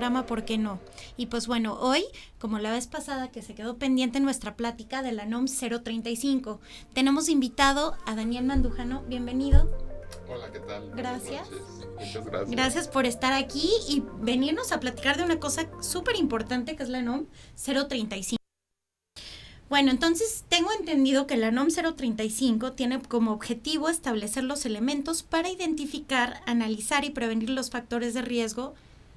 programa, ¿por qué no? Y pues bueno, hoy, como la vez pasada que se quedó pendiente nuestra plática de la NOM 035, tenemos invitado a Daniel Mandujano. Bienvenido. Hola, ¿qué tal? Gracias. Muchas gracias. Gracias por estar aquí y venirnos a platicar de una cosa súper importante que es la NOM 035. Bueno, entonces tengo entendido que la NOM 035 tiene como objetivo establecer los elementos para identificar, analizar y prevenir los factores de riesgo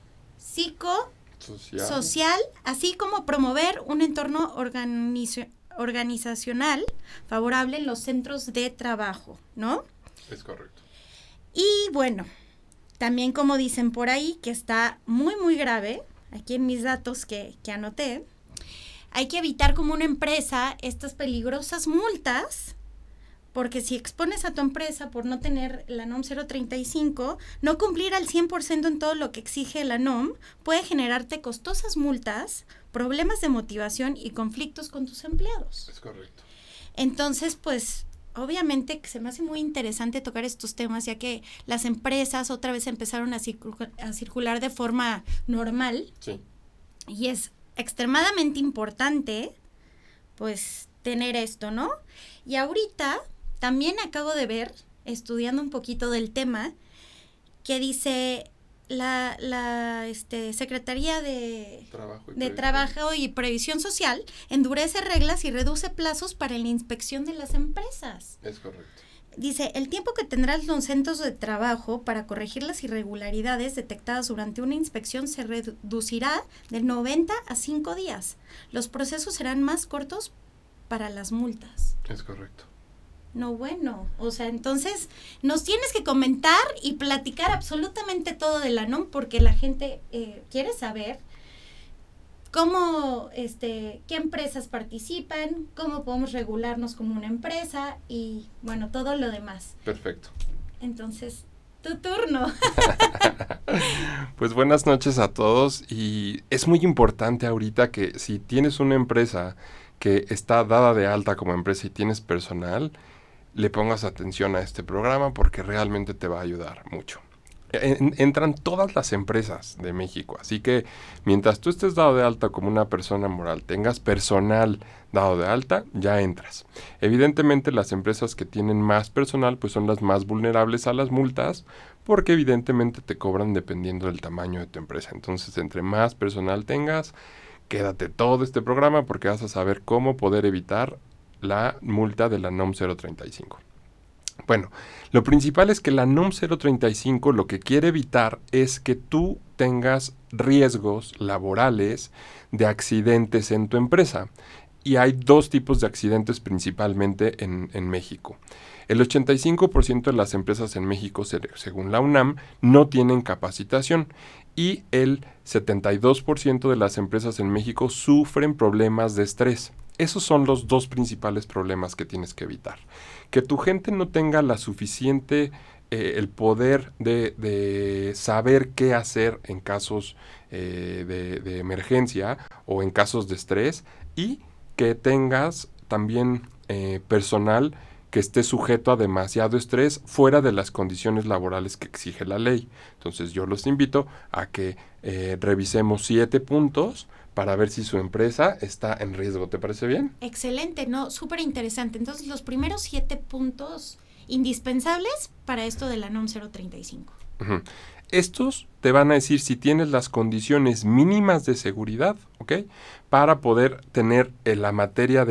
social, así como promover un entorno organizacional favorable en los centros de trabajo, ¿no? Es correcto. Y bueno, también como dicen por ahí, que está muy, muy grave, aquí en mis datos que anoté, hay que evitar como una empresa estas peligrosas multas, porque si expones a tu empresa por no tener la NOM 035, no cumplir al 100% en todo lo que exige la NOM, puede generarte costosas multas, problemas de motivación y conflictos con tus empleados. Es correcto. Entonces, pues, obviamente que se me hace muy interesante tocar estos temas, ya que las empresas otra vez empezaron a circular de forma normal. Sí. Y es extremadamente importante, pues, tener esto, ¿no? Y ahorita también acabo de ver, estudiando un poquito del tema, que dice la Secretaría de Trabajo y Previsión Social endurece reglas y reduce plazos para la inspección de las empresas. Es correcto. Dice, el tiempo que tendrán los centros de trabajo para corregir las irregularidades detectadas durante una inspección se reducirá de 90 a 5 días. Los procesos serán más cortos para las multas. Es correcto. No, bueno, o sea, entonces nos tienes que comentar y platicar absolutamente todo de la NOM porque la gente quiere saber cómo, qué empresas participan, cómo podemos regularnos como una empresa y, bueno, todo lo demás. Perfecto. Entonces, tu turno. Pues buenas noches a todos y es muy importante ahorita que si tienes una empresa que está dada de alta como empresa y tienes personal, le pongas atención a este programa porque realmente te va a ayudar mucho. Entran todas las empresas de México, así que mientras tú estés dado de alta como una persona moral, tengas personal dado de alta, ya entras. Evidentemente las empresas que tienen más personal pues son las más vulnerables a las multas porque evidentemente te cobran dependiendo del tamaño de tu empresa. Entonces entre más personal tengas, quédate todo este programa porque vas a saber cómo poder evitar la multa de la NOM 035. Bueno, lo principal es que la NOM 035 lo que quiere evitar es que tú tengas riesgos laborales de accidentes en tu empresa. Y hay dos tipos de accidentes principalmente en México. El 85% de las empresas en México, según la UNAM, no tienen capacitación. Y el 72% de las empresas en México sufren problemas de estrés. Esos son los dos principales problemas que tienes que evitar. Que tu gente no tenga la suficiente, el poder de saber qué hacer en casos de emergencia o en casos de estrés y que tengas también personal que esté sujeto a demasiado estrés fuera de las condiciones laborales que exige la ley. Entonces yo los invito a que revisemos 7 puntos para ver si su empresa está en riesgo. ¿Te parece bien? Excelente, ¿no? Súper interesante. Entonces, los primeros 7 puntos indispensables para esto de la NOM 035. Uh-huh. Estos te van a decir si tienes las condiciones mínimas de seguridad, ¿ok? Para poder tener la materia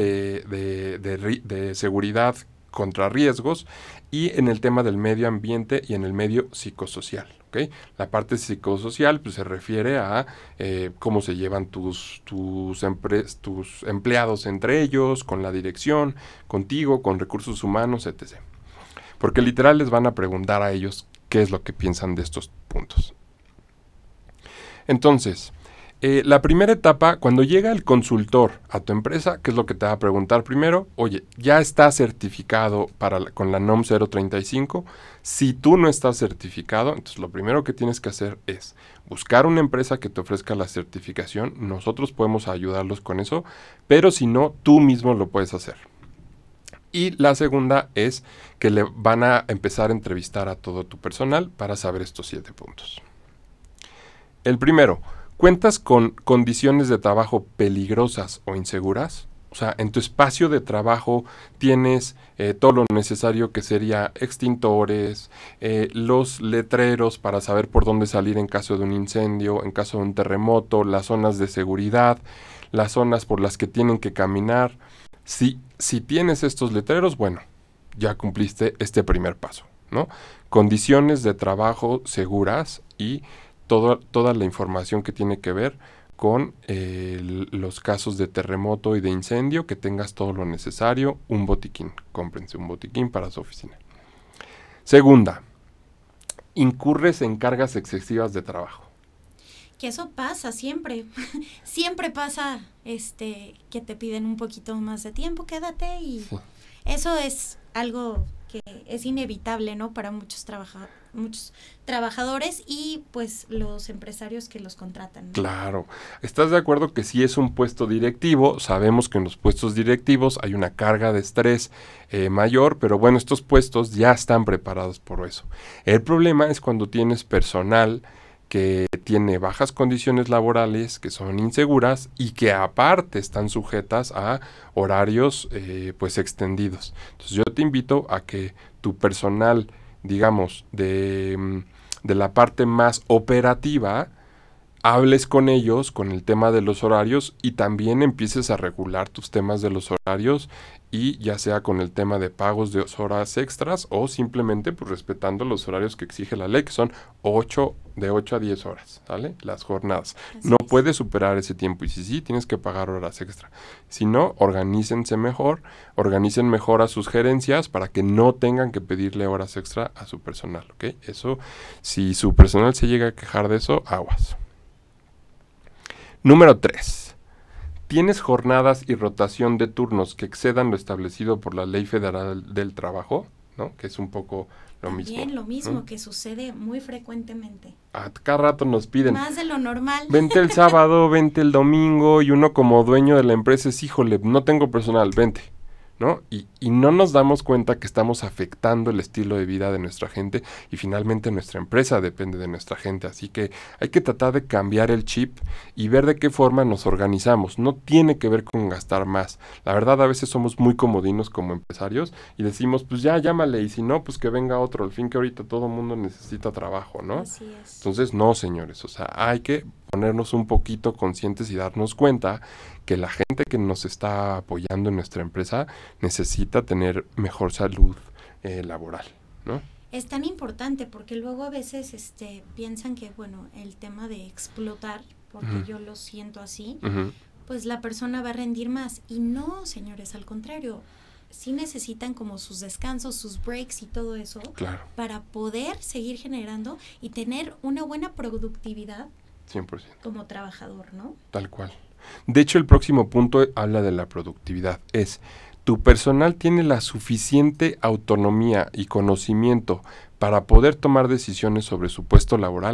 de seguridad contra riesgos y en el tema del medio ambiente y en el medio psicosocial. ¿Okay? La parte psicosocial pues, se refiere a cómo se llevan tus empleados entre ellos, con la dirección, contigo, con recursos humanos, etc. Porque literal les van a preguntar a ellos qué es lo que piensan de estos puntos. Entonces, la primera etapa, cuando llega el consultor a tu empresa, ¿qué es lo que te va a preguntar primero? Oye, ¿ya está certificado con la NOM 035? Si tú no estás certificado, entonces lo primero que tienes que hacer es buscar una empresa que te ofrezca la certificación. Nosotros podemos ayudarlos con eso, pero si no, tú mismo lo puedes hacer. Y la segunda es que le van a empezar a entrevistar a todo tu personal para saber estos 7 puntos. El primero, ¿Cuentas con condiciones de trabajo peligrosas o inseguras? O sea, en tu espacio de trabajo tienes todo lo necesario que sería extintores, los letreros para saber por dónde salir en caso de un incendio, en caso de un terremoto, las zonas de seguridad, las zonas por las que tienen que caminar. Si tienes estos letreros, bueno, ya cumpliste este primer paso, ¿no? Condiciones de trabajo seguras y toda la información que tiene que ver con los casos de terremoto y de incendio, que tengas todo lo necesario, un botiquín, cómprense un botiquín para su oficina. Segunda, incurres en cargas excesivas de trabajo. Que eso pasa siempre, siempre pasa que te piden un poquito más de tiempo, quédate y sí. Eso es algo que es inevitable, ¿no? Para muchos trabajadores y pues los empresarios que los contratan, ¿no? Claro. ¿Estás de acuerdo que si es un puesto directivo? Sabemos que en los puestos directivos hay una carga de estrés mayor, pero bueno, estos puestos ya están preparados por eso. El problema es cuando tienes personal que tiene bajas condiciones laborales, que son inseguras y que aparte están sujetas a horarios pues extendidos. Entonces yo te invito a que tu personal, digamos, de la parte más operativa, hables con ellos con el tema de los horarios y también empieces a regular tus temas de los horarios, y ya sea con el tema de pagos de horas extras o simplemente pues respetando los horarios que exige la ley, que son de 8 a 10 horas, ¿sale? Las jornadas. No puedes superar ese tiempo, y si sí, tienes que pagar horas extra. Si no, organicen mejor a sus gerencias para que no tengan que pedirle horas extra a su personal, ¿ok? Eso, si su personal se llega a quejar de eso, aguas. Número 3. ¿Tienes jornadas y rotación de turnos que excedan lo establecido por la Ley Federal del Trabajo? ¿No? Que es un poco lo mismo. También lo mismo, ¿no? Que sucede muy frecuentemente. A cada rato nos piden. Más de lo normal. Vente el sábado, vente el domingo, y uno como dueño de la empresa es, híjole, no tengo personal, vente, ¿no? Y no nos damos cuenta que estamos afectando el estilo de vida de nuestra gente, y finalmente nuestra empresa depende de nuestra gente. Así que hay que tratar de cambiar el chip y ver de qué forma nos organizamos. No tiene que ver con gastar más. La verdad, a veces somos muy comodinos como empresarios y decimos, pues ya llámale, y si no, pues que venga otro. Al fin que ahorita todo el mundo necesita trabajo, ¿no? Así es. Entonces, no, señores, o sea, hay que ponernos un poquito conscientes y darnos cuenta que la gente que nos está apoyando en nuestra empresa necesita tener mejor salud laboral, ¿no? Es tan importante porque luego a veces piensan que, bueno, el tema de explotar, porque yo lo siento así, pues la persona va a rendir más. Y no, señores, al contrario, sí necesitan como sus descansos, sus breaks y todo eso, claro, para poder seguir generando y tener una buena productividad 100% como trabajador, ¿no? Tal cual. De hecho, el próximo punto habla de la productividad. ¿Tu personal tiene la suficiente autonomía y conocimiento para poder tomar decisiones sobre su puesto laboral?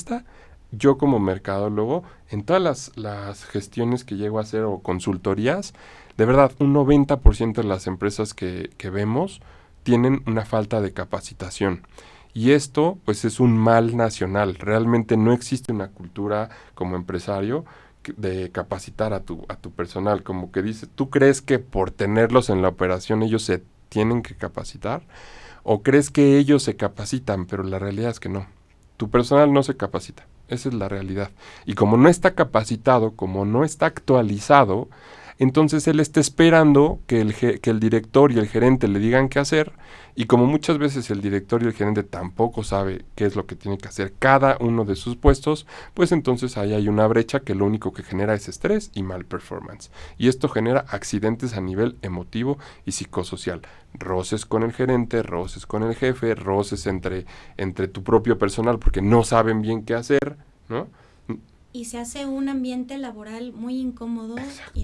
Yo como mercadólogo, en todas las gestiones que llego a hacer o consultorías, de verdad, un 90% de las empresas que vemos tienen una falta de capacitación. Y esto, pues, es un mal nacional. Realmente no existe una cultura como empresario de capacitar a tu personal. Como que dice, ¿tú crees que por tenerlos en la operación ellos se tienen que capacitar? ¿O crees que ellos se capacitan? Pero la realidad es que no. Tu personal no se capacita. Esa es la realidad. Y como no está capacitado, como no está actualizado, entonces él está esperando que el director y el gerente le digan qué hacer, y como muchas veces el director y el gerente tampoco sabe qué es lo que tiene que hacer cada uno de sus puestos, pues entonces ahí hay una brecha que lo único que genera es estrés y mal performance. Y esto genera accidentes a nivel emotivo y psicosocial. Roces con el gerente, roces con el jefe, roces entre tu propio personal porque no saben bien qué hacer, ¿no? Y se hace un ambiente laboral muy incómodo. Exacto.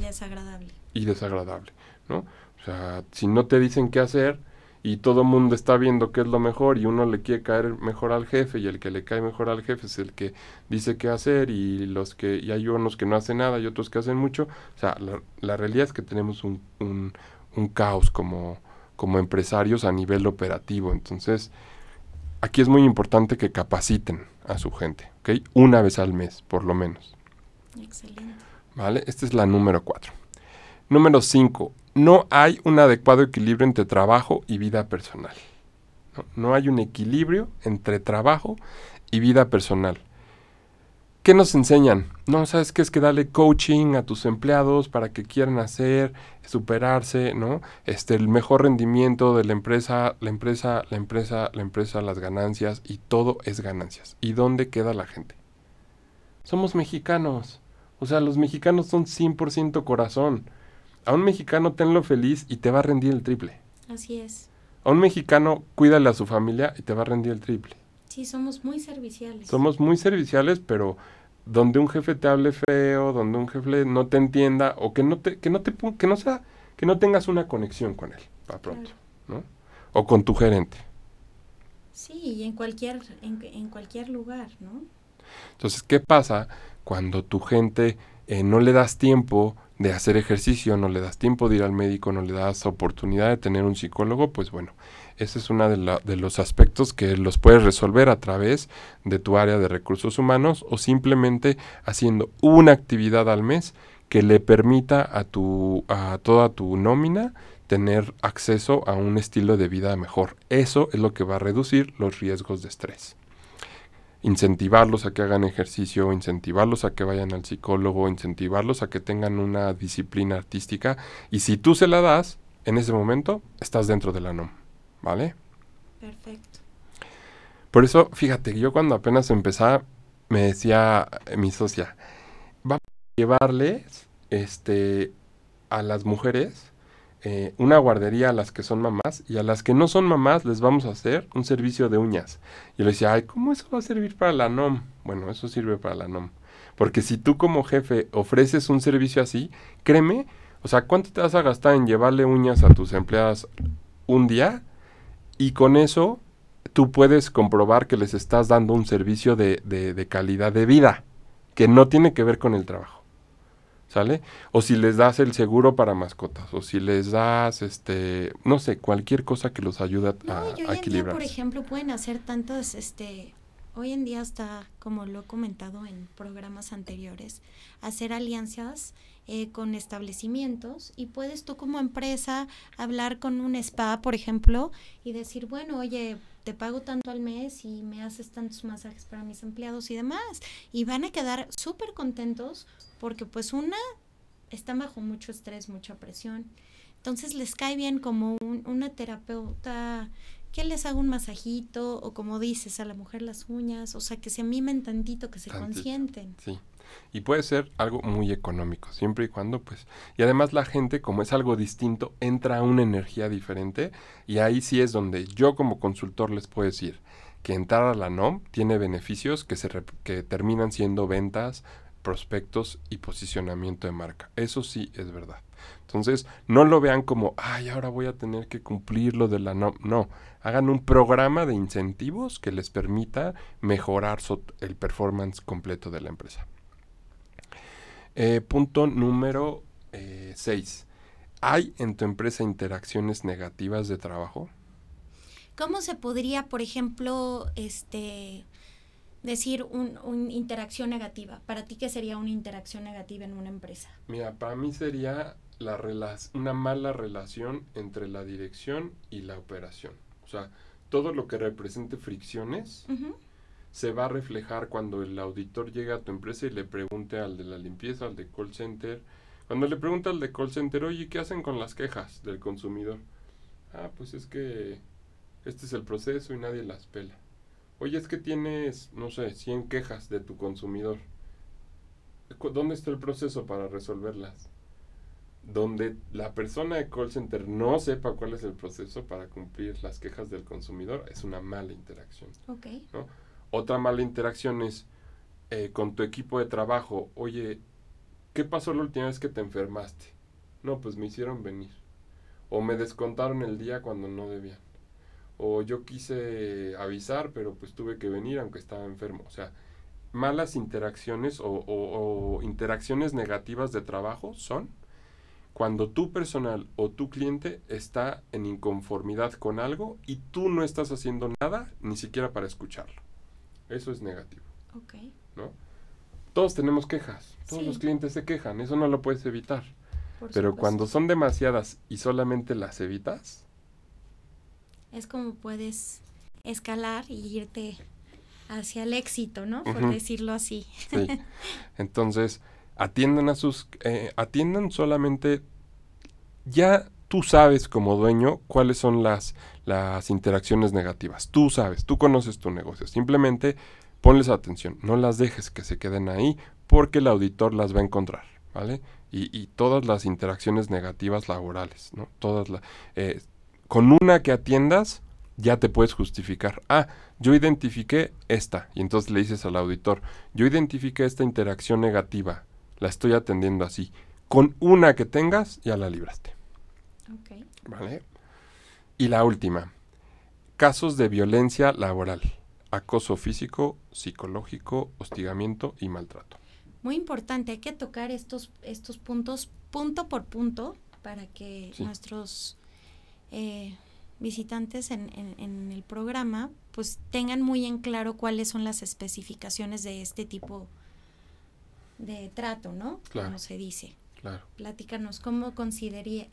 Y desagradable. ¿No? O sea, si no te dicen qué hacer y todo el mundo está viendo qué es lo mejor y uno le quiere caer mejor al jefe, y el que le cae mejor al jefe es el que dice qué hacer, y hay unos que no hacen nada y otros que hacen mucho. O sea, la realidad es que tenemos un caos como empresarios a nivel operativo. Entonces, aquí es muy importante que capaciten a su gente, ¿ok? Una vez al mes, por lo menos. Excelente. ¿Vale? Esta es la número 4. Número 5. No hay un adecuado equilibrio entre trabajo y vida personal. No hay un equilibrio entre trabajo y vida personal. ¿Qué nos enseñan? No, ¿sabes qué? Es que dale coaching a tus empleados para que quieran hacer, superarse, ¿no? El mejor rendimiento de la empresa, las ganancias, y todo es ganancias. ¿Y dónde queda la gente? Somos mexicanos. O sea, los mexicanos son 100% corazón. A un mexicano tenlo feliz y te va a rendir el triple. Así es. A un mexicano cuídale a su familia y te va a rendir el triple. Sí, somos muy serviciales. Somos muy serviciales, pero donde un jefe te hable feo, donde un jefe no te entienda, o que no tengas una conexión con él, para pronto, claro, ¿no? O con tu gerente. Sí, y en cualquier lugar, ¿no? Entonces, ¿qué pasa cuando tu gente no le das tiempo de hacer ejercicio, no le das tiempo de ir al médico, no le das oportunidad de tener un psicólogo? Pues bueno, ese es uno de los aspectos que los puedes resolver a través de tu área de recursos humanos, o simplemente haciendo una actividad al mes que le permita a toda tu nómina tener acceso a un estilo de vida mejor. Eso es lo que va a reducir los riesgos de estrés. Incentivarlos a que hagan ejercicio, incentivarlos a que vayan al psicólogo, incentivarlos a que tengan una disciplina artística, y si tú se la das, en ese momento estás dentro de la NOM, ¿vale? Perfecto. Por eso, fíjate, yo cuando apenas empezaba, me decía mi socia, vamos a llevarles a las mujeres una guardería a las que son mamás, y a las que no son mamás les vamos a hacer un servicio de uñas. Y le decía, ay, ¿cómo eso va a servir para la NOM? Bueno, eso sirve para la NOM. Porque si tú como jefe ofreces un servicio así, créeme, o sea, ¿cuánto te vas a gastar en llevarle uñas a tus empleadas un día? Y con eso tú puedes comprobar que les estás dando un servicio de calidad de vida, que no tiene que ver con el trabajo. ¿Sale? O si les das el seguro para mascotas, o si les das, no sé, cualquier cosa que los ayude a equilibrar. Hoy en día, por ejemplo, pueden hacer tantas, hoy en día hasta, como lo he comentado en programas anteriores, hacer alianzas con establecimientos, y puedes tú como empresa hablar con un spa, por ejemplo, y decir, bueno, oye, te pago tanto al mes y me haces tantos masajes para mis empleados y demás, y van a quedar súper contentos, porque pues están bajo mucho estrés, mucha presión. Entonces les cae bien como una terapeuta que les haga un masajito, o como dices, a la mujer las uñas, o sea, que se mimen tantito, que se consienten. Sí, y puede ser algo muy económico, siempre y cuando pues, y además la gente, como es algo distinto, entra a una energía diferente, y ahí sí es donde yo como consultor les puedo decir que entrar a la NOM tiene beneficios que terminan siendo ventas, prospectos y posicionamiento de marca. Eso sí es verdad. Entonces, no lo vean como, ay, ahora voy a tener que cumplir lo de la NOM. No, hagan un programa de incentivos que les permita mejorar el performance completo de la empresa. Punto número 6. ¿Hay en tu empresa interacciones negativas de trabajo? ¿Cómo se podría, por ejemplo, decir una interacción negativa? ¿Para ti qué sería una interacción negativa en una empresa? Mira, para mí sería una mala relación entre la dirección y la operación. O sea, todo lo que represente fricciones se va a reflejar cuando el auditor llega a tu empresa y le pregunte al de la limpieza, al de call center. Cuando le pregunta al de call center, oye, ¿qué hacen con las quejas del consumidor? Ah, pues es que este es el proceso y nadie las pela. Oye, es que tienes, no sé, 100 quejas de tu consumidor. ¿Dónde está el proceso para resolverlas? Donde la persona de call center no sepa cuál es el proceso para cumplir las quejas del consumidor, es una mala interacción. Okay. ¿No? Otra mala interacción es con tu equipo de trabajo. Oye, ¿qué pasó la última vez que te enfermaste? No, pues me hicieron venir. O me descontaron el día cuando no debían. O yo quise avisar, pero pues tuve que venir aunque estaba enfermo. O sea, malas interacciones o interacciones negativas de trabajo son cuando tu personal o tu cliente está en inconformidad con algo y tú no estás haciendo nada, ni siquiera para escucharlo. Eso es negativo. Okay. ¿No? todos tenemos quejas, todos Sí. los clientes se quejan, eso no lo puedes evitar. Por Pero supuesto. cuando son demasiadas y solamente las evitas, Es como puedes escalar y irte hacia el éxito, ¿no? Por Ujú. decirlo así. sí. Entonces, atiendan solamente, ya tú sabes como dueño cuáles son las interacciones negativas. Tú sabes, tú conoces tu negocio. Simplemente ponles atención, no las dejes que se queden ahí porque el auditor las va a encontrar, ¿vale? Y todas las interacciones negativas laborales, ¿no? Con una que atiendas, ya te puedes justificar. Ah, yo identifiqué esta. Y entonces le dices al auditor, yo identifiqué esta interacción negativa. La estoy atendiendo así. Con una que tengas, ya la libraste. Ok. ¿Vale? Y la última. Casos de violencia laboral. Acoso físico, psicológico, hostigamiento y maltrato. Muy importante, hay que tocar estos puntos punto por punto para que Sí. nuestros visitantes en el programa pues tengan muy en claro cuáles son las especificaciones de este tipo de trato, ¿no? Claro. Como se dice. Claro. Platícanos, ¿cómo considerarías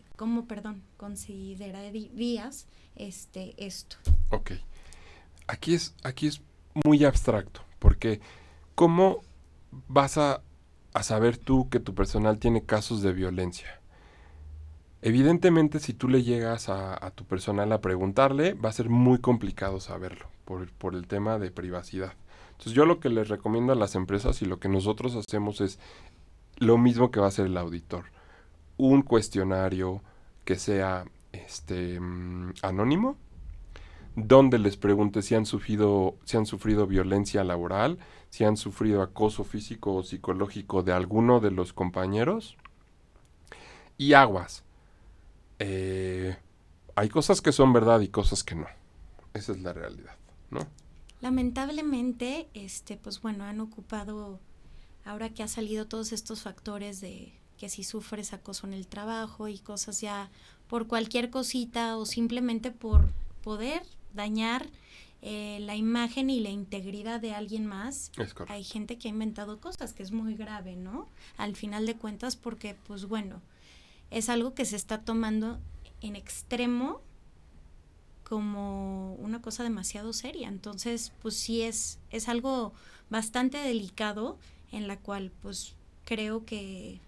esto? Ok. Aquí es muy abstracto, porque ¿cómo vas a saber tú que tu personal tiene casos de violencia? Evidentemente, si tú le llegas a tu personal a preguntarle, va a ser muy complicado saberlo, por el tema de privacidad. Entonces, yo lo que les recomiendo a las empresas y lo que nosotros hacemos es lo mismo que va a hacer el auditor. Un cuestionario que sea anónimo, donde les pregunte si han sufrido violencia laboral, si han sufrido acoso físico o psicológico de alguno de los compañeros. Y aguas. Hay cosas que son verdad y cosas que no. Esa es la realidad, ¿no? Lamentablemente, pues bueno, han ocupado, ahora que ha salido todos estos factores de que si sufres acoso en el trabajo y cosas ya por cualquier cosita o simplemente por poder dañar la imagen y la integridad de alguien más. Es correcto. Hay gente que ha inventado cosas que es muy grave, ¿no? Al final de cuentas, porque pues bueno, es algo que se está tomando en extremo como una cosa demasiado seria. Entonces, pues sí es algo bastante delicado en la cual pues creo que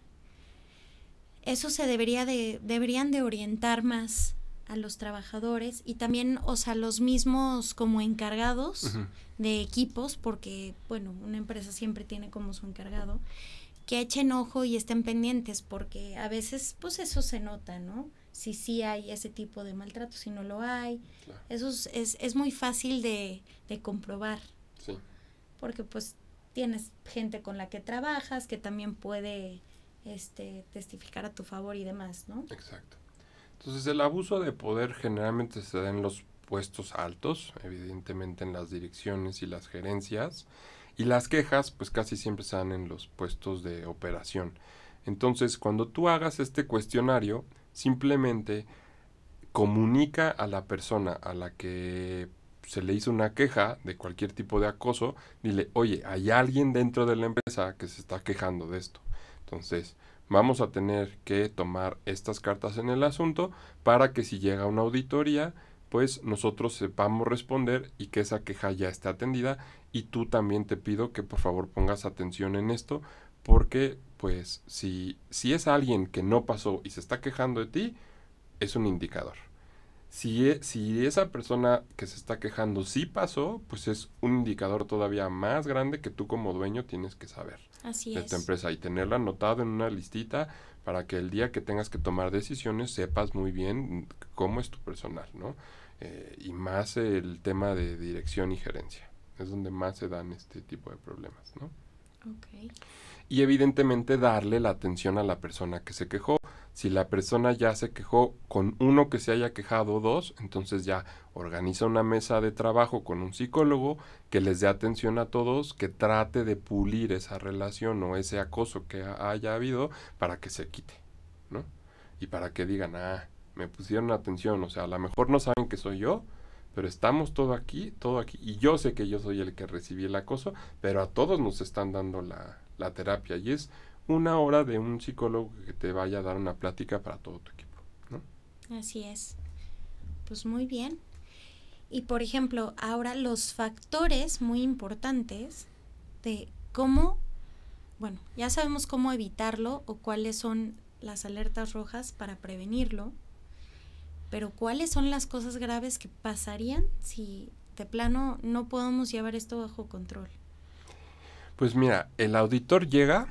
eso se deberían de orientar más a los trabajadores y también, o sea, los mismos como encargados Ujú. de equipos, porque, bueno, una empresa siempre tiene como su encargado, que echen ojo y estén pendientes, porque a veces, pues eso se nota, ¿no? Si sí hay ese tipo de maltrato, si no lo hay. Claro. Eso es muy fácil de comprobar, Sí. porque pues tienes gente con la que trabajas que también puede testificar a tu favor y demás, ¿no? Exacto. Entonces, el abuso de poder generalmente se da en los puestos altos, evidentemente en las direcciones y las gerencias, y las quejas, pues casi siempre se dan en los puestos de operación. Entonces, cuando tú hagas este cuestionario, simplemente comunica a la persona a la que se le hizo una queja de cualquier tipo de acoso, dile, oye, hay alguien dentro de la empresa que se está quejando de esto. Entonces, vamos a tener que tomar estas cartas en el asunto para que si llega una auditoría, pues nosotros sepamos responder y que esa queja ya esté atendida. Y tú también te pido que por favor pongas atención en esto, porque pues si es alguien que no pasó y se está quejando de ti, es un indicador. Si esa persona que se está quejando sí pasó, pues es un indicador todavía más grande que tú como dueño tienes que saber Así de es. tu empresa y tenerlo anotado en una listita para que el día que tengas que tomar decisiones sepas muy bien cómo es tu personal, ¿no? Y más el tema de dirección y gerencia. Es donde más se dan este tipo de problemas, ¿no? Okay. Y evidentemente darle la atención a la persona que se quejó. Si la persona ya se quejó con uno que se haya quejado, dos, entonces ya organiza una mesa de trabajo con un psicólogo que les dé atención a todos, que trate de pulir esa relación o ese acoso que haya habido para que se quite, ¿no? Y para que digan, me pusieron atención, o sea, a lo mejor no saben que soy yo, pero estamos todo aquí, y yo sé que yo soy el que recibí el acoso, pero a todos nos están dando la terapia, y es 1 hora de un psicólogo que te vaya a dar una plática para todo tu equipo, ¿no? Así es. Pues muy bien. Y por ejemplo, ahora los factores muy importantes de cómo, bueno, ya sabemos cómo evitarlo o cuáles son las alertas rojas para prevenirlo, pero cuáles son las cosas graves que pasarían si de plano no podemos llevar esto bajo control. Pues mira, el auditor llega,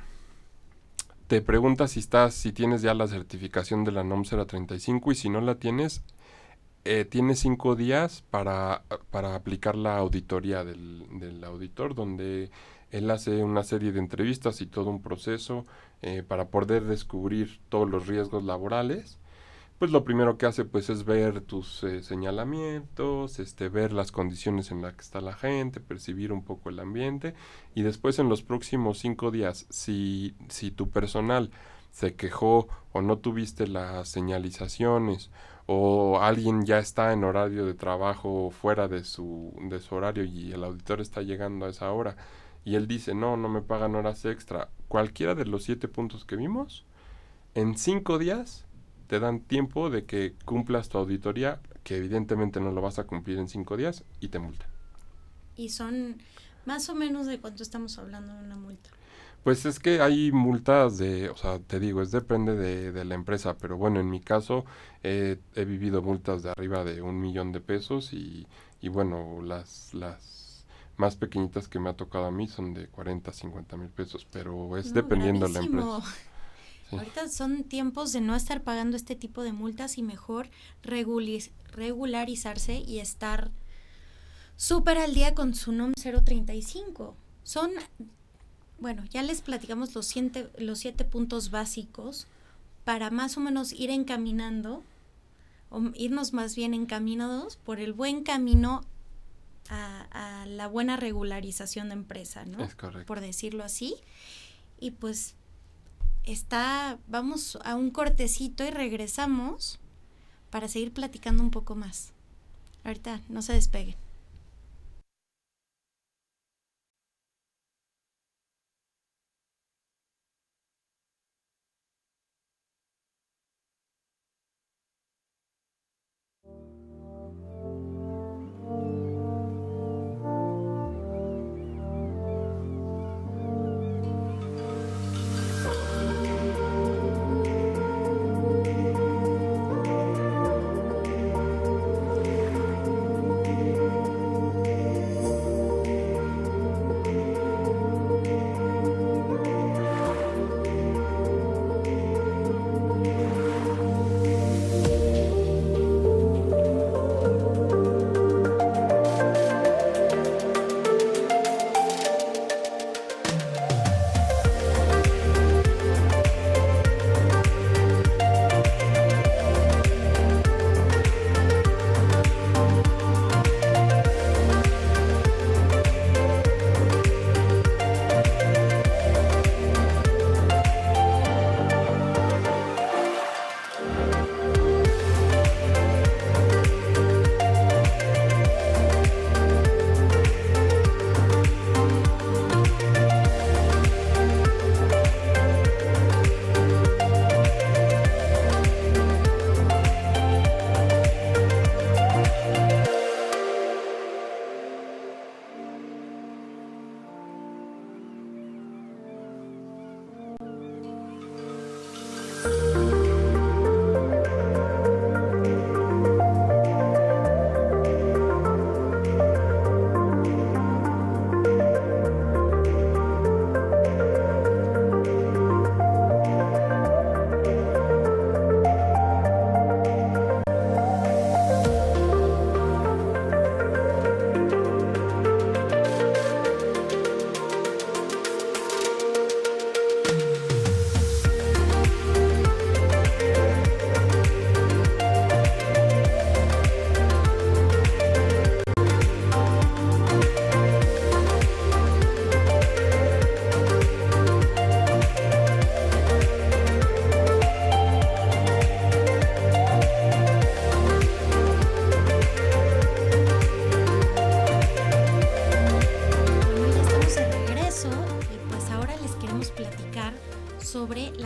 te pregunta si tienes ya la certificación de la NOM 035, y si no la tienes, tienes 5 días para aplicar la auditoría del auditor, donde él hace una serie de entrevistas y todo un proceso para poder descubrir todos los riesgos laborales. Pues lo primero que hace pues es ver tus señalamientos, ver las condiciones en las que está la gente, percibir un poco el ambiente, y después en los próximos 5 días, si tu personal se quejó o no tuviste las señalizaciones, o alguien ya está en horario de trabajo fuera de su horario y el auditor está llegando a esa hora y él dice no me pagan horas extra, cualquiera de los 7 puntos que vimos, en 5 días te dan tiempo de que cumplas tu auditoría, que evidentemente no lo vas a cumplir en 5 días, y te multan. ¿Y son más o menos de cuánto estamos hablando de una multa? Pues es que hay multas o sea, te digo, depende de la empresa, pero bueno, en mi caso he vivido multas de arriba de 1,000,000 de pesos, y bueno, las más pequeñitas que me ha tocado a mí son de 40, 50,000 pesos, pero es dependiendo de la empresa. Sí. Ahorita son tiempos de no estar pagando este tipo de multas y mejor regularizarse y estar súper al día con su NOM 035. Son, bueno, ya les platicamos los 7 puntos básicos para más o menos ir encaminando, o irnos más bien encaminados por el buen camino a la buena regularización de empresa, ¿no? Es correcto. Por decirlo así. Y pues vamos a un cortecito y regresamos para seguir platicando un poco más. Ahorita no se despeguen.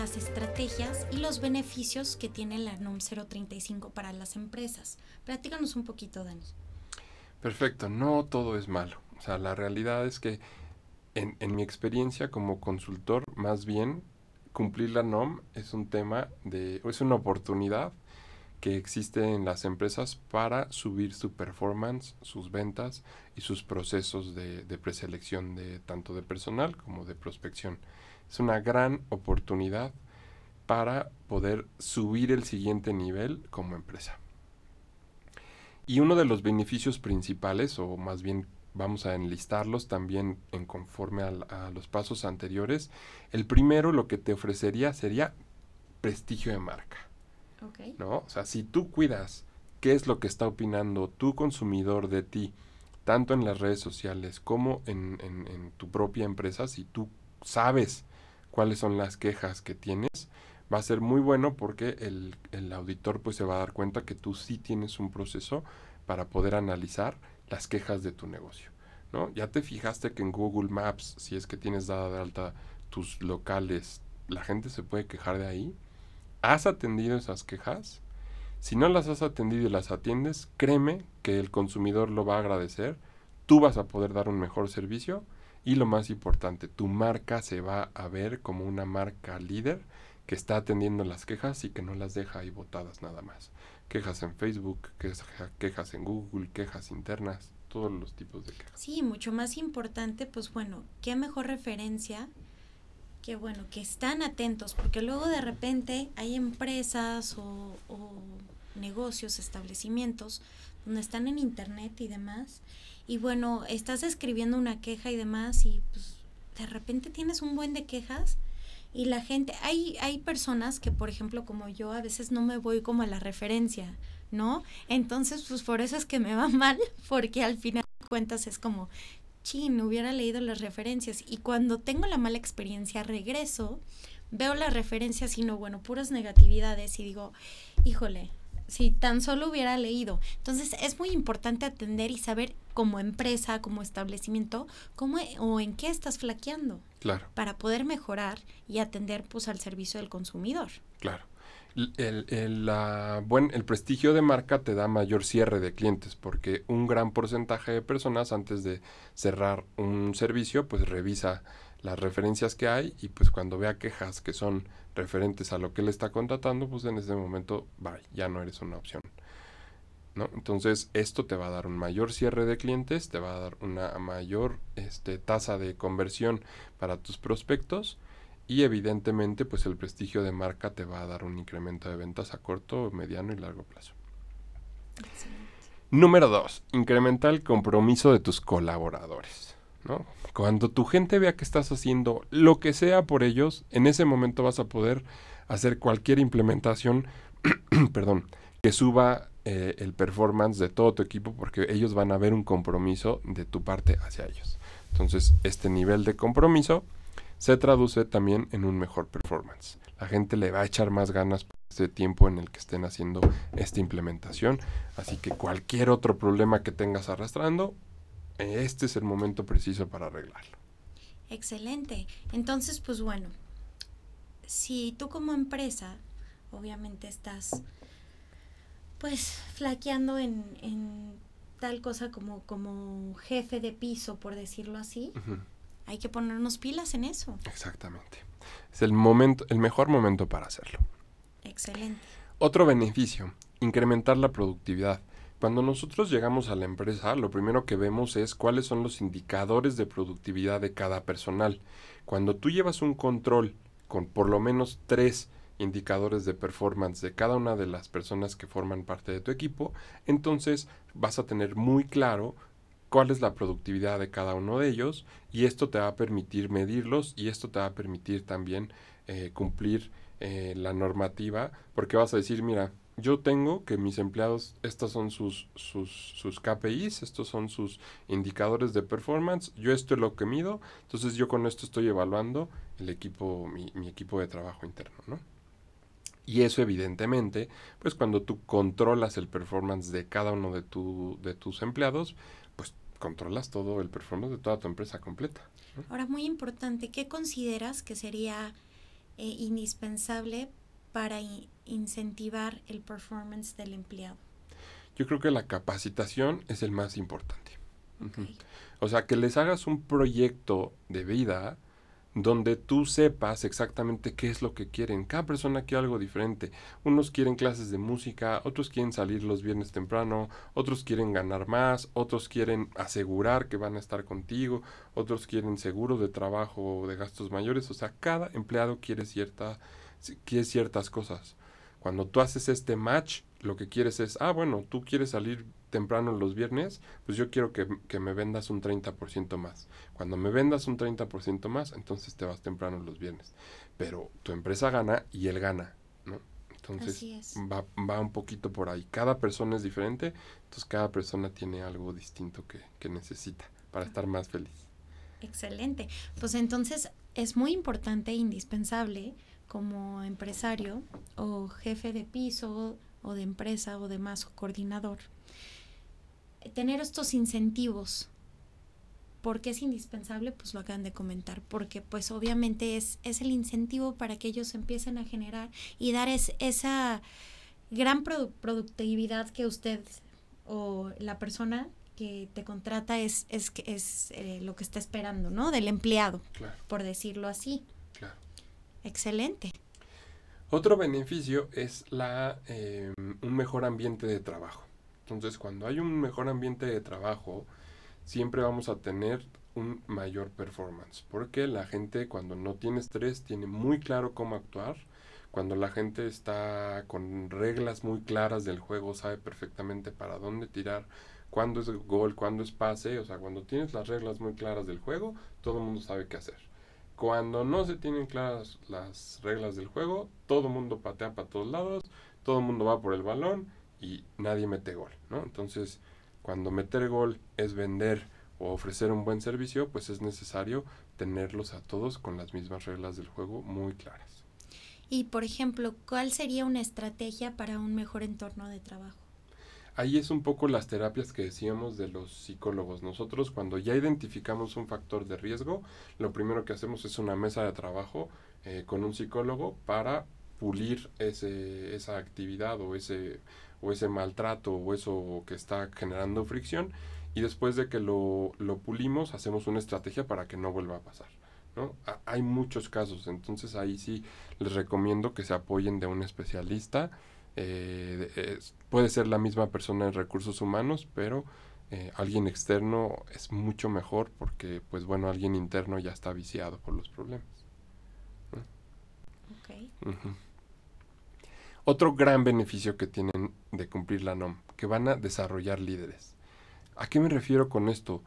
las estrategias y los beneficios que tiene la NOM 035 para las empresas. Platícanos un poquito, Dani. Perfecto, no todo es malo. O sea, la realidad es que en mi experiencia como consultor, más bien, cumplir la NOM es un tema es una oportunidad que existe en las empresas para subir su performance, sus ventas y sus procesos de preselección tanto de personal como de prospección. Es una gran oportunidad para poder subir el siguiente nivel como empresa. Y uno de los beneficios principales, o más bien vamos a enlistarlos también en conforme a los pasos anteriores, el primero lo que te ofrecería sería prestigio de marca. Okay. ¿No? O sea, si tú cuidas qué es lo que está opinando tu consumidor de ti, tanto en las redes sociales como en tu propia empresa, si tú sabes cuáles son las quejas que tienes, va a ser muy bueno porque el auditor pues se va a dar cuenta que tú sí tienes un proceso para poder analizar las quejas de tu negocio, ¿no? Ya te fijaste que en Google Maps, si es que tienes dada de alta tus locales, la gente se puede quejar de ahí. ¿Has atendido esas quejas? Si no las has atendido y las atiendes, créeme que el consumidor lo va a agradecer, tú vas a poder dar un mejor servicio y lo más importante, tu marca se va a ver como una marca líder que está atendiendo las quejas y que no las deja ahí botadas nada más. Quejas en Facebook, quejas en Google, quejas internas, todos los tipos de quejas. Sí, mucho más importante, pues bueno, qué mejor referencia que bueno, que están atentos, porque luego de repente hay empresas o negocios, establecimientos, donde están en internet y demás, y bueno, estás escribiendo una queja y demás, y pues de repente tienes un buen de quejas, y la gente, hay personas que, por ejemplo, como yo, a veces no me voy como a la referencia, ¿no? Entonces, pues por eso es que me va mal, porque al final de cuentas es como, chin, hubiera leído las referencias. Y cuando tengo la mala experiencia, regreso, veo las referencias y no, bueno, puras negatividades y digo, híjole, si tan solo hubiera leído. Entonces es muy importante atender y saber como empresa, como establecimiento, cómo o en qué estás flaqueando. Claro. Para poder mejorar y atender pues al servicio del consumidor. Claro. El prestigio de marca te da mayor cierre de clientes porque un gran porcentaje de personas antes de cerrar un servicio pues revisa las referencias que hay y pues cuando vea quejas que son referentes a lo que él está contratando pues en ese momento bye, ya no eres una opción, ¿no? Entonces esto te va a dar un mayor cierre de clientes, te va a dar una mayor tasa de conversión para tus prospectos. Y evidentemente, pues el prestigio de marca te va a dar un incremento de ventas a corto, mediano y largo plazo. Excelente. Número 2, incrementa el compromiso de tus colaboradores, ¿no? Cuando tu gente vea que estás haciendo lo que sea por ellos, en ese momento vas a poder hacer cualquier implementación, perdón, que suba el performance de todo tu equipo porque ellos van a ver un compromiso de tu parte hacia ellos. Entonces, este nivel de compromiso se traduce también en un mejor performance. La gente le va a echar más ganas por este tiempo en el que estén haciendo esta implementación. Así que cualquier otro problema que tengas arrastrando, este es el momento preciso para arreglarlo. Excelente. Entonces, pues bueno, si tú como empresa, obviamente estás pues flaqueando en tal cosa como jefe de piso, por decirlo así, hay que ponernos pilas en eso. Exactamente. Es el mejor momento para hacerlo. Excelente. Otro beneficio, incrementar la productividad. Cuando nosotros llegamos a la empresa, lo primero que vemos es cuáles son los indicadores de productividad de cada personal. Cuando tú llevas un control con por lo menos 3 indicadores de performance de cada una de las personas que forman parte de tu equipo, entonces vas a tener muy claro cuál es la productividad de cada uno de ellos y esto te va a permitir medirlos y esto te va a permitir también cumplir la normativa porque vas a decir, mira, yo tengo que mis empleados, estas son sus KPIs, estos son sus indicadores de performance, yo esto es lo que mido, entonces yo con esto estoy evaluando el equipo, mi equipo de trabajo interno, ¿no? Y eso evidentemente, pues cuando tú controlas el performance de cada uno de tus empleados, pues controlas todo el performance de toda tu empresa completa, ¿no? Ahora, muy importante, ¿qué consideras que sería indispensable para incentivar el performance del empleado? Yo creo que la capacitación es el más importante. Okay. O sea, que les hagas un proyecto de vida donde tú sepas exactamente qué es lo que quieren. Cada persona quiere algo diferente. Unos quieren clases de música, otros quieren salir los viernes temprano, otros quieren ganar más, otros quieren asegurar que van a estar contigo, otros quieren seguro de trabajo o de gastos mayores. O sea, cada empleado quiere ciertas cosas. Cuando tú haces este match, lo que quieres es, bueno, tú quieres salir temprano los viernes, pues yo quiero que me vendas un 30% más. Cuando me vendas un 30% más, entonces te vas temprano los viernes. Pero tu empresa gana y él gana, ¿no? Entonces va un poquito por ahí. Cada persona es diferente, entonces cada persona tiene algo distinto que necesita para estar más feliz. Excelente. Pues entonces es muy importante e indispensable como empresario o jefe de piso o de empresa o demás o coordinador tener estos incentivos. ¿Por qué es indispensable? Pues lo acaban de comentar, porque pues obviamente es el incentivo para que ellos empiecen a generar y dar esa gran productividad que usted o la persona que te contrata es lo que está esperando, ¿no? Del empleado, claro, por decirlo así. Claro. Excelente. Otro beneficio es un mejor ambiente de trabajo. Entonces, cuando hay un mejor ambiente de trabajo, siempre vamos a tener un mayor performance, porque la gente cuando no tiene estrés tiene muy claro cómo actuar. Cuando la gente está con reglas muy claras del juego, sabe perfectamente para dónde tirar, cuándo es gol, cuándo es pase. O sea, cuando tienes las reglas muy claras del juego, todo el mundo sabe qué hacer. Cuando no se tienen claras las reglas del juego, todo el mundo patea para todos lados, todo el mundo va por el balón y nadie mete gol, ¿no? Entonces, cuando meter gol es vender o ofrecer un buen servicio, pues es necesario tenerlos a todos con las mismas reglas del juego muy claras. Y, por ejemplo, ¿cuál sería una estrategia para un mejor entorno de trabajo? Ahí es un poco las terapias que decíamos de los psicólogos. Nosotros cuando ya identificamos un factor de riesgo, lo primero que hacemos es una mesa de trabajo con un psicólogo para pulir esa actividad o ese maltrato o eso que está generando fricción, y después de que lo pulimos hacemos una estrategia para que no vuelva a pasar, ¿no? Hay muchos casos, entonces ahí sí les recomiendo que se apoyen de un especialista. Puede ser la misma persona en recursos humanos, pero alguien externo es mucho mejor porque, pues bueno, alguien interno ya está viciado por los problemas, ¿no? Okay. Uh-huh. Otro gran beneficio que tienen de cumplir la NOM, que van a desarrollar líderes. ¿A qué me refiero con esto?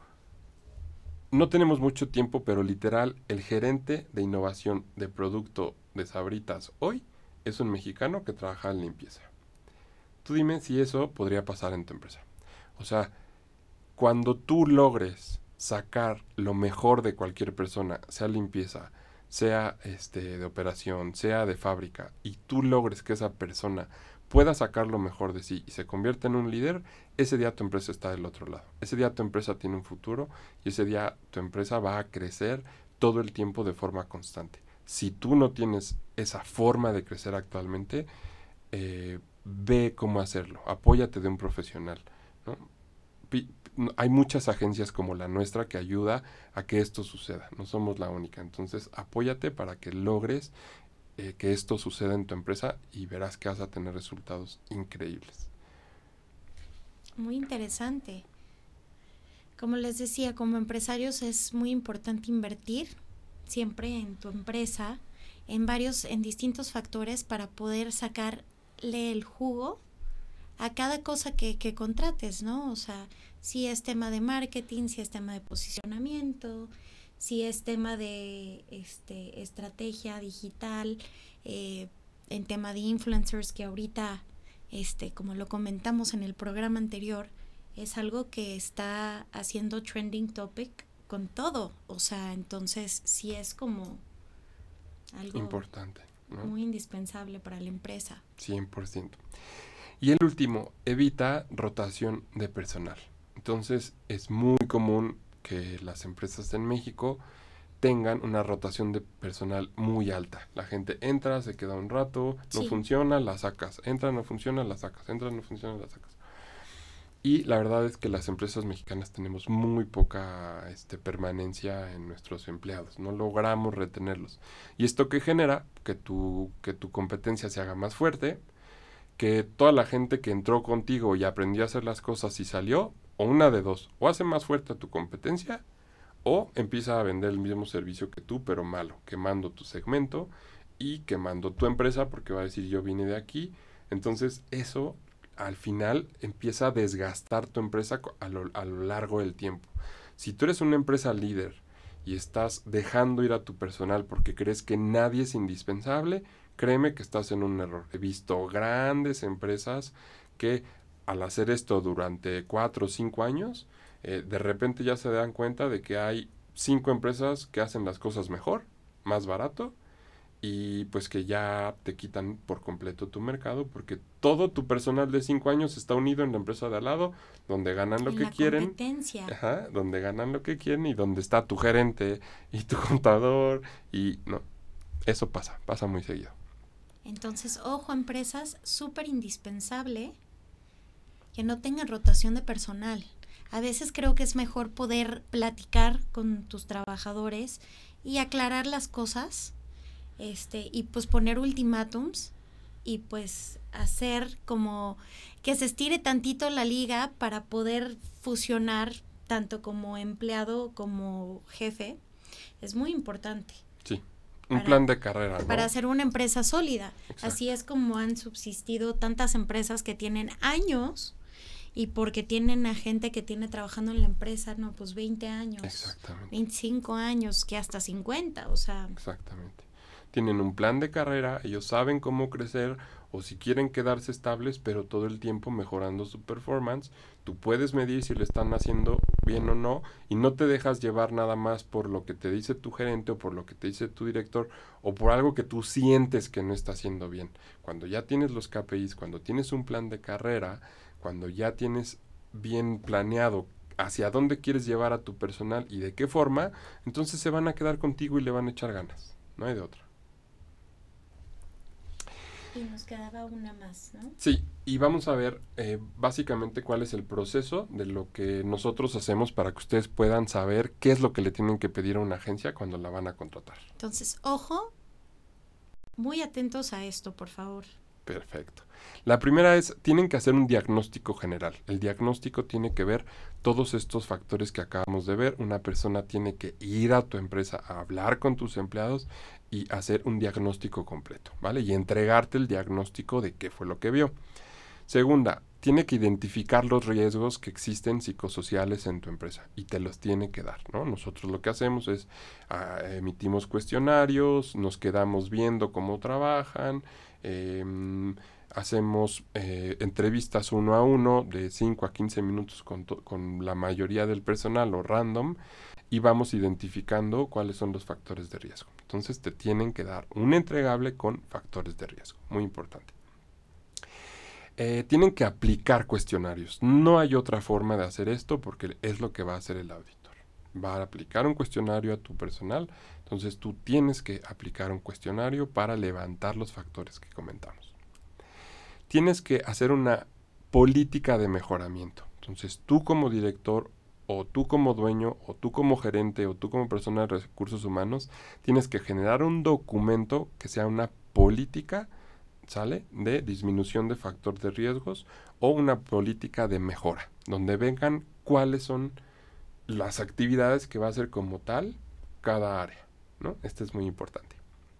No tenemos mucho tiempo, pero literal, el gerente de innovación de producto de Sabritas hoy es un mexicano que trabaja en limpieza. Tú dime si eso podría pasar en tu empresa. O sea, cuando tú logres sacar lo mejor de cualquier persona, sea limpieza, sea de operación, sea de fábrica, y tú logres que esa persona pueda sacar lo mejor de sí y se convierta en un líder, ese día tu empresa está del otro lado. Ese día tu empresa tiene un futuro y ese día tu empresa va a crecer todo el tiempo de forma constante. Si tú no tienes esa forma de crecer actualmente, ve cómo hacerlo. Apóyate de un profesional, ¿no? Hay muchas agencias como la nuestra que ayuda a que esto suceda. No somos la única. Entonces, apóyate para que logres que esto suceda en tu empresa y verás que vas a tener resultados increíbles. Muy interesante. Como les decía, como empresarios es muy importante invertir siempre en tu empresa, en distintos factores para poder sacarle el jugo a cada cosa que contrates, ¿no? O sea, si es tema de marketing, si es tema de posicionamiento, si es tema de estrategia digital, en tema de influencers, que ahorita, como lo comentamos en el programa anterior, es algo que está haciendo trending topic con todo. O sea, entonces sí es como algo importante, ¿no? Muy indispensable para la empresa. 100%. Y el último, evita rotación de personal. Entonces es muy común que las empresas en México tengan una rotación de personal muy alta. La gente entra, se queda un rato, no Sí. funciona, la sacas. Entra, no funciona, la sacas. Entra, no funciona, la sacas. Y la verdad es que las empresas mexicanas tenemos muy poca permanencia en nuestros empleados. No logramos retenerlos. ¿Y esto qué genera? Que tu competencia se haga más fuerte, que toda la gente que entró contigo y aprendió a hacer las cosas y salió, o una de dos, o hace más fuerte a tu competencia, o empieza a vender el mismo servicio que tú, pero malo, quemando tu segmento y quemando tu empresa, porque va a decir yo vine de aquí. Entonces eso al final empieza a desgastar tu empresa a lo largo del tiempo. Si tú eres una empresa líder y estás dejando ir a tu personal porque crees que nadie es indispensable, créeme que estás en un error. He visto grandes empresas que al hacer esto durante 4 o 5 años, de repente ya se dan cuenta de que hay 5 empresas que hacen las cosas mejor, más barato, y pues que ya te quitan por completo tu mercado porque todo tu personal de 5 años está unido en la empresa de al lado, donde ganan lo En que la quieren. competencia. Ajá, donde ganan lo que quieren y donde está tu gerente y tu contador y no, eso pasa muy seguido. Entonces, ojo, empresas, súper indispensable que no tengan rotación de personal. A veces creo que es mejor poder platicar con tus trabajadores y aclarar las cosas, y pues poner ultimátums y pues hacer como que se estire tantito la liga para poder fusionar tanto como empleado como jefe. Es muy importante. Sí, un plan de carrera, ¿no? Para hacer una empresa sólida. Exacto. Así es como han subsistido tantas empresas que tienen años y porque tienen a gente que tiene trabajando en la empresa, no, pues 20 años. Exactamente. 25 años, que hasta 50, o sea. Exactamente. Tienen un plan de carrera, ellos saben cómo crecer o si quieren quedarse estables, pero todo el tiempo mejorando su performance. Tú puedes medir si lo están haciendo bien o no y no te dejas llevar nada más por lo que te dice tu gerente o por lo que te dice tu director o por algo que tú sientes que no está haciendo bien. Cuando ya tienes los KPIs, cuando tienes un plan de carrera, cuando ya tienes bien planeado hacia dónde quieres llevar a tu personal y de qué forma, entonces se van a quedar contigo y le van a echar ganas. No hay de otra. Y nos quedaba una más, ¿no? Sí, y vamos a ver básicamente cuál es el proceso de lo que nosotros hacemos para que ustedes puedan saber qué es lo que le tienen que pedir a una agencia cuando la van a contratar. Entonces, ojo, muy atentos a esto, por favor. Perfecto. La primera es, tienen que hacer un diagnóstico general. El diagnóstico tiene que ver todos estos factores que acabamos de ver. Una persona tiene que ir a tu empresa a hablar con tus empleados y hacer un diagnóstico completo, ¿vale? Y entregarte el diagnóstico de qué fue lo que vio. Segunda, tiene que identificar los riesgos que existen psicosociales en tu empresa y te los tiene que dar, ¿no? Nosotros lo que hacemos es emitimos cuestionarios, nos quedamos viendo cómo trabajan, hacemos entrevistas 1 a 1 de 5 a 15 minutos con la mayoría del personal o random y vamos identificando cuáles son los factores de riesgo. Entonces te tienen que dar un entregable con factores de riesgo, muy importante. Tienen que aplicar cuestionarios. No hay otra forma de hacer esto porque es lo que va a hacer el auditor. Va a aplicar un cuestionario a tu personal, entonces tú tienes que aplicar un cuestionario para levantar los factores que comentamos. Tienes que hacer una política de mejoramiento. Entonces tú como director o tú como dueño o tú como gerente o tú como persona de recursos humanos tienes que generar un documento que sea una política, ¿sale?, de disminución de factor de riesgos o una política de mejora, donde vengan cuáles son las actividades que va a hacer como tal cada área, ¿no? Este es muy importante.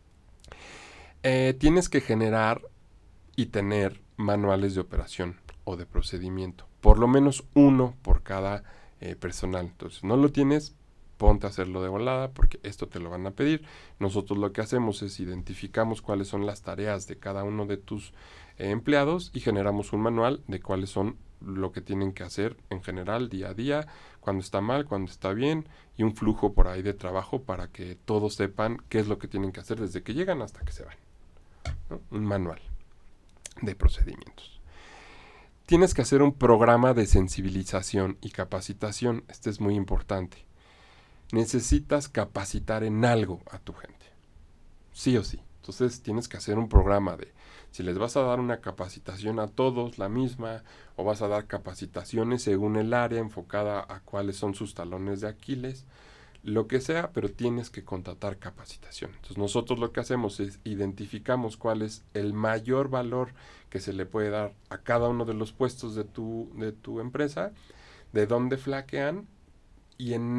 Tienes que generar y tener manuales de operación o de procedimiento, por lo menos uno por cada personal. Entonces, no lo tienes, ponte a hacerlo de volada porque esto te lo van a pedir. Nosotros lo que hacemos es identificamos cuáles son las tareas de cada uno de tus empleados y generamos un manual de cuáles son lo que tienen que hacer en general día a día, cuando está mal, cuando está bien y un flujo por ahí de trabajo para que todos sepan qué es lo que tienen que hacer desde que llegan hasta que se van, ¿no? Un manual de procedimientos. Tienes que hacer un programa de sensibilización y capacitación. Este es muy importante. necesitas capacitar en algo a tu gente. Sí o sí. Entonces tienes que hacer un programa de si les vas a dar una capacitación a todos, la misma, o vas a dar capacitaciones según el área enfocada a cuáles son sus talones de Aquiles, lo que sea, pero tienes que contratar capacitación. Entonces nosotros lo que hacemos es identificamos cuál es el mayor valor que se le puede dar a cada uno de los puestos de tu empresa, de dónde flaquean, y en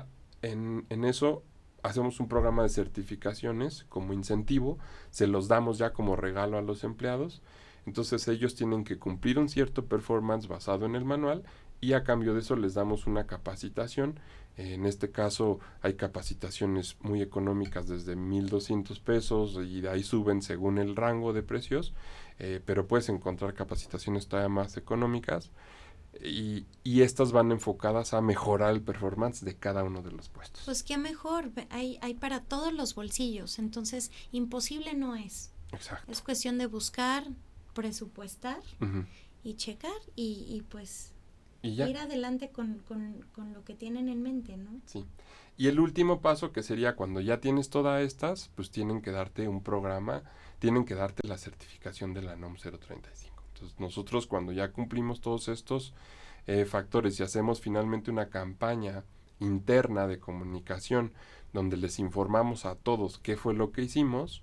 eso hacemos un programa de certificaciones como incentivo, se los damos ya como regalo a los empleados, entonces ellos tienen que cumplir un cierto performance basado en el manual y a cambio de eso les damos una capacitación. En este caso hay capacitaciones muy económicas desde 1,200 pesos y de ahí suben según el rango de precios, pero puedes encontrar capacitaciones todavía más económicas. Y estas van enfocadas a mejorar el performance de cada uno de los puestos. Pues qué mejor, hay para todos los bolsillos, entonces imposible no es. Exacto. Es cuestión de buscar, presupuestar Uh-huh. y checar y pues y ya. Ir adelante con lo que tienen en mente, ¿no? Sí. Y el último paso que sería cuando ya tienes todas estas, pues tienen que darte un programa, tienen que darte la certificación de la NOM 035. Entonces nosotros cuando ya cumplimos todos estos factores y hacemos finalmente una campaña interna de comunicación donde les informamos a todos qué fue lo que hicimos,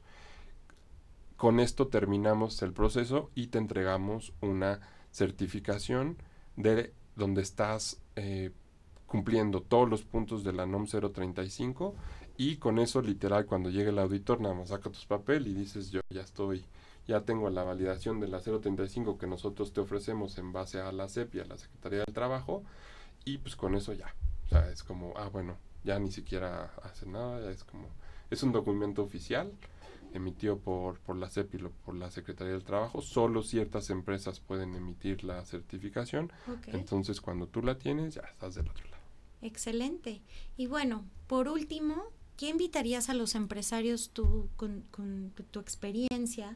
con esto terminamos el proceso y te entregamos una certificación de donde estás cumpliendo todos los puntos de la NOM 035 y con eso literal cuando llegue el auditor nada más saca tus papel y dices yo ya tengo la validación de la 035 que nosotros te ofrecemos en base a la SEP y a la Secretaría del Trabajo y pues con eso ya, o sea, es como, bueno, ya ni siquiera hace nada, ya es como, es un documento oficial emitido por la SEP y por la Secretaría del Trabajo, solo ciertas empresas pueden emitir la certificación, okay. Entonces cuando tú la tienes ya estás del otro lado. Excelente. Y bueno, por último, ¿qué invitarías a los empresarios tú con tu experiencia?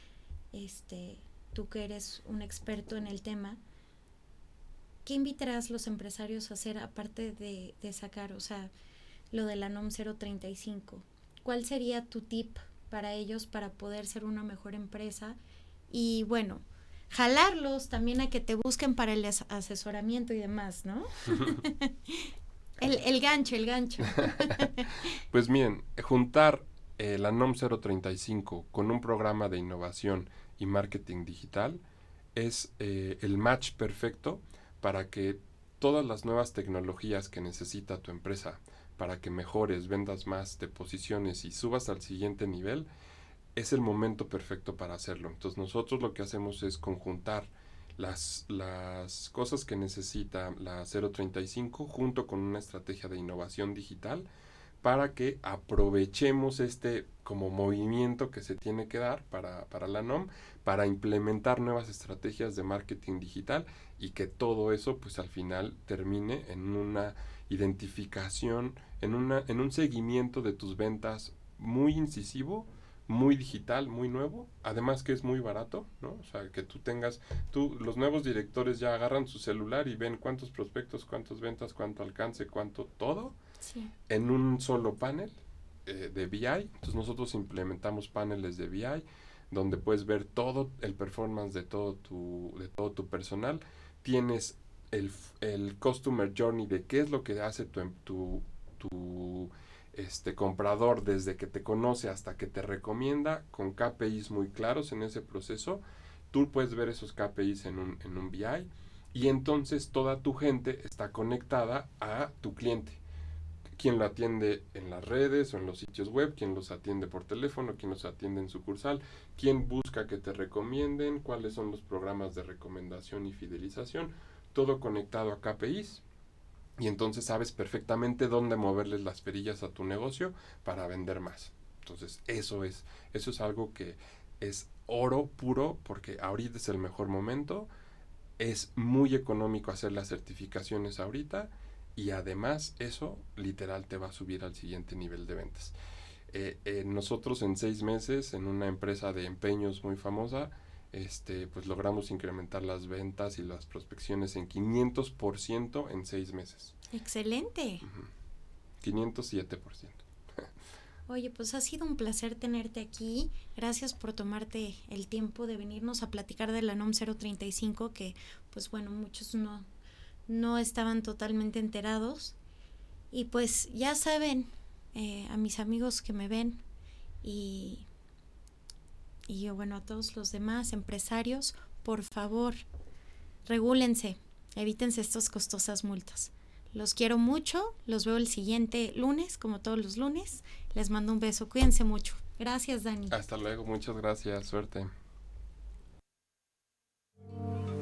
Tú que eres un experto en el tema, ¿qué invitarás a los empresarios a hacer aparte de sacar, o sea, lo de la NOM 035? ¿Cuál sería tu tip para ellos para poder ser una mejor empresa? Y bueno, jalarlos también a que te busquen para el asesoramiento y demás, ¿no? el gancho. Pues miren, juntar la NOM 035 con un programa de innovación y marketing digital es el match perfecto para que todas las nuevas tecnologías que necesita tu empresa para que mejores, vendas más, te posiciones y subas al siguiente nivel, es el momento perfecto para hacerlo. Entonces nosotros lo que hacemos es conjuntar las cosas que necesita la 035 junto con una estrategia de innovación digital para que aprovechemos como movimiento que se tiene que dar para la NOM, para implementar nuevas estrategias de marketing digital y que todo eso pues al final termine en una identificación, en un seguimiento de tus ventas muy incisivo, muy digital, muy nuevo, además que es muy barato, ¿no? O sea, que los nuevos directores ya agarran su celular y ven cuántos prospectos, cuántas ventas, cuánto alcance, cuánto todo, sí, en un solo panel de BI. Entonces nosotros implementamos paneles de BI donde puedes ver todo el performance de todo tu personal. Tienes el customer journey de qué es lo que hace tu comprador desde que te conoce hasta que te recomienda, con KPIs muy claros en ese proceso. Tú puedes ver esos KPIs en un BI y entonces toda tu gente está conectada a tu cliente. Quién lo atiende en las redes o en los sitios web, quién los atiende por teléfono, quién los atiende en sucursal, quién busca que te recomienden, cuáles son los programas de recomendación y fidelización, todo conectado a KPIs. Y entonces sabes perfectamente dónde moverles las perillas a tu negocio para vender más. Entonces eso es algo que es oro puro porque ahorita es el mejor momento. Es muy económico hacer las certificaciones ahorita y además eso literal te va a subir al siguiente nivel de ventas. Nosotros en 6 meses en una empresa de empeños muy famosa pues logramos incrementar las ventas y las prospecciones en 500% en 6 meses. Excelente. Uh-huh. 507%. Oye, pues ha sido un placer tenerte aquí. Gracias por tomarte el tiempo de venirnos a platicar de la NOM 035, que pues bueno, muchos no estaban totalmente enterados. Y pues ya saben, a mis amigos que me ven y bueno, a todos los demás empresarios, por favor, regúlense, evítense estas costosas multas. Los quiero mucho, los veo el siguiente lunes, como todos los lunes. Les mando un beso, cuídense mucho. Gracias, Dani. Hasta luego, muchas gracias, suerte.